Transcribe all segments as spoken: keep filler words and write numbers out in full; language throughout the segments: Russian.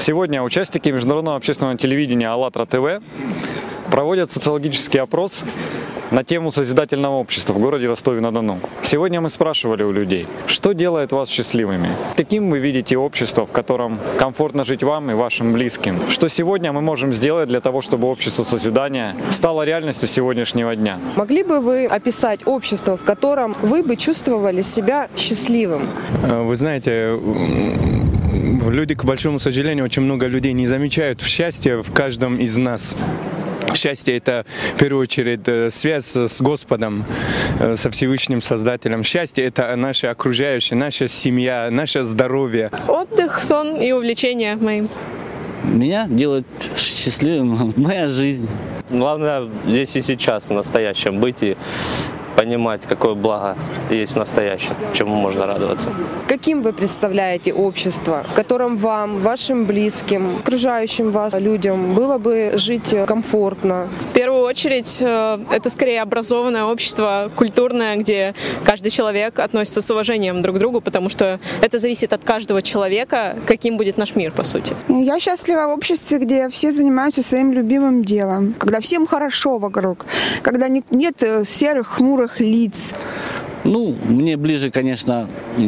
Сегодня участники международного общественного телевидения АЛЛАТРА ТВ проводят социологический опрос на тему созидательного общества в городе Ростове-на-Дону. Сегодня мы спрашивали у людей, что делает вас счастливыми? Каким вы видите общество, в котором комфортно жить вам и вашим близким? Что сегодня мы можем сделать для того, чтобы общество созидания стало реальностью сегодняшнего дня? Могли бы вы описать общество, в котором вы бы чувствовали себя счастливым? Вы знаете, люди, к большому сожалению, очень много людей не замечают в счастье в каждом из нас. Счастье – это, в первую очередь, связь с Господом, со Всевышним Создателем. Счастье – это наши окружающие, наша семья, наше здоровье. Отдых, сон и увлечения мои. Меня делает счастливым моя жизнь. Главное здесь и сейчас, в настоящем, быть и понимать, какое благо есть в настоящем, чему можно радоваться. Каким вы представляете общество, в котором вам, вашим близким, окружающим вас людям было бы жить комфортно? В первую очередь, это скорее образованное общество, культурное, где каждый человек относится с уважением друг к другу, потому что это зависит от каждого человека, каким будет наш мир, по сути. Я счастлива в обществе, где все занимаются своим любимым делом, когда всем хорошо вокруг, когда нет серых, хмурых лиц. Ну, мне ближе, конечно,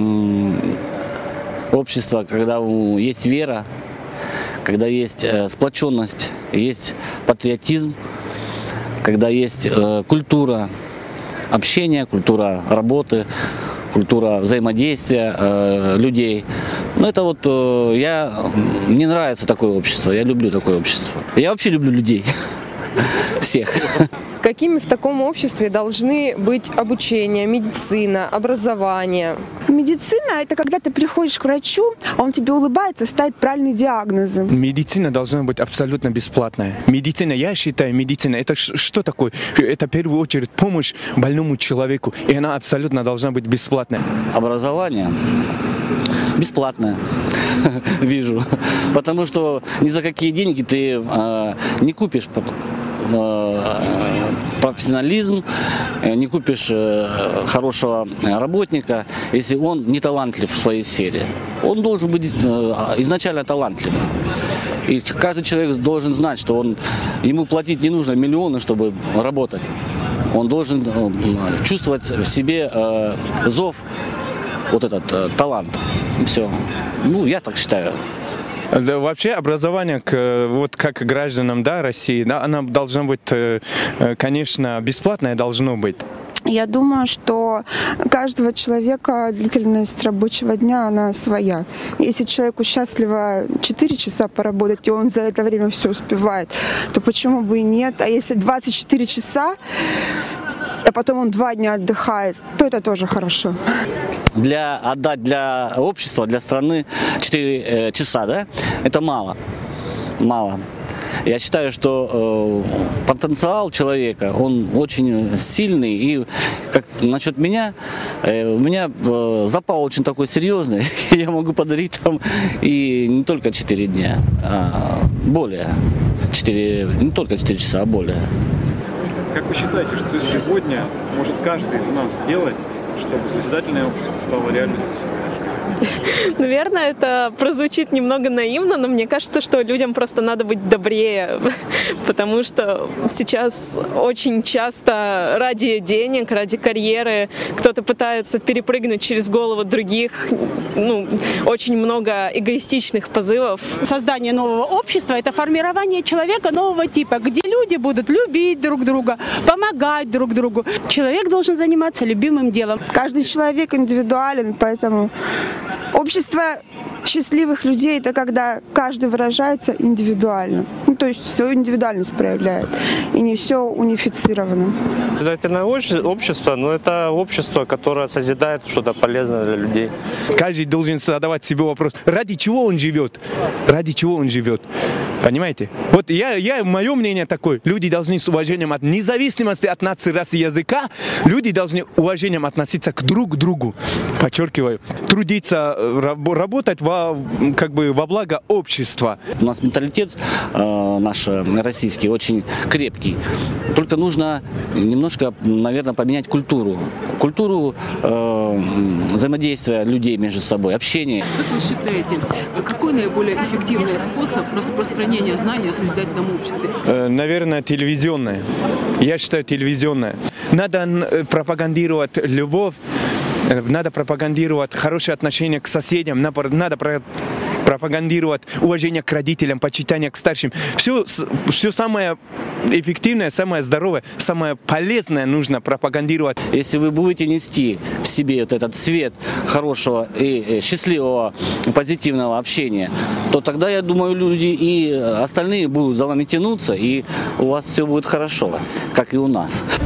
общество, когда есть вера, когда есть сплоченность, есть патриотизм, когда есть культура общения, культура работы, культура взаимодействия людей. Ну, это вот я, мне нравится такое общество, я люблю такое общество. Я вообще люблю людей, всех. Какими в таком обществе должны быть обучение, медицина, образование? Медицина – это когда ты приходишь к врачу, а он тебе улыбается, ставит правильные диагнозы. Медицина должна быть абсолютно бесплатная. Медицина, я считаю, медицина – это что такое? Это в первую очередь помощь больному человеку, и она абсолютно должна быть бесплатная. Образование бесплатное, вижу, потому что ни за какие деньги ты э, не купишь профессионализм, не купишь хорошего работника, если он не талантлив в своей сфере. Он должен быть изначально талантлив. И каждый человек должен знать, что он, ему платить не нужно миллионы, чтобы работать. Он должен чувствовать в себе зов, вот этот талант. И все. Ну, я так считаю. Да, вообще образование, вот как гражданам, да, России, да, оно должно быть, конечно, бесплатное должно быть. Я думаю, что у каждого человека длительность рабочего дня, она своя. Если человеку счастливо четыре часа поработать, и он за это время все успевает, то почему бы и нет? А если двадцать четыре часа, а потом он два дня отдыхает, то это тоже хорошо. Для, отдать для общества, для страны четыре э, часа, да, это мало, мало. Я считаю, что э, потенциал человека, он очень сильный, и как насчет меня, э, у меня э, запал очень такой серьезный, я могу подарить там и не только четыре дня, а более, четыре, не только четыре часа, а более. Как вы считаете, что сегодня может каждый из нас сделать, чтобы созидательное общество стало реальностью? Наверное, это прозвучит немного наивно, но мне кажется, что людям просто надо быть добрее, потому что сейчас очень часто ради денег, ради карьеры кто-то пытается перепрыгнуть через голову других. Ну, очень много эгоистичных позывов. Создание нового общества – это формирование человека нового типа, где люди будут любить друг друга, помогать друг другу. Человек должен заниматься любимым делом. Каждый человек индивидуален, поэтому общество счастливых людей – это когда каждый выражается индивидуально. Ну, то есть свою индивидуальность проявляет, и не все унифицировано. Созидательное общество, но это общество, которое созидает что-то полезное для людей. Каждый должен задавать себе вопрос, ради чего он живет, ради чего он живет. Понимаете? Вот я, я, мое мнение такое, люди должны с уважением, от независимости от нации, расы, языка, люди должны уважением относиться к друг другу, подчеркиваю, трудиться, работать во, как бы, во благо общества. У нас менталитет э, э, наш российский очень крепкий. Только нужно немножко, наверное, поменять культуру. Культуру э, взаимодействия людей между собой, общения. Как вы считаете, какой наиболее эффективный способ распространения знаний о созидательном обществе? Э, наверное, телевизионная. Я считаю, телевизионная. Надо пропагандировать любовь, надо пропагандировать хорошее отношение к соседям, надо пропагандировать уважение к родителям, почитание к старшим. Все, все самое эффективное, самое здоровое, самое полезное нужно пропагандировать. Если вы будете нести в себе вот этот цвет хорошего и счастливого, позитивного общения, то тогда, я думаю, люди и остальные будут за вами тянуться, и у вас все будет хорошо, как и у нас.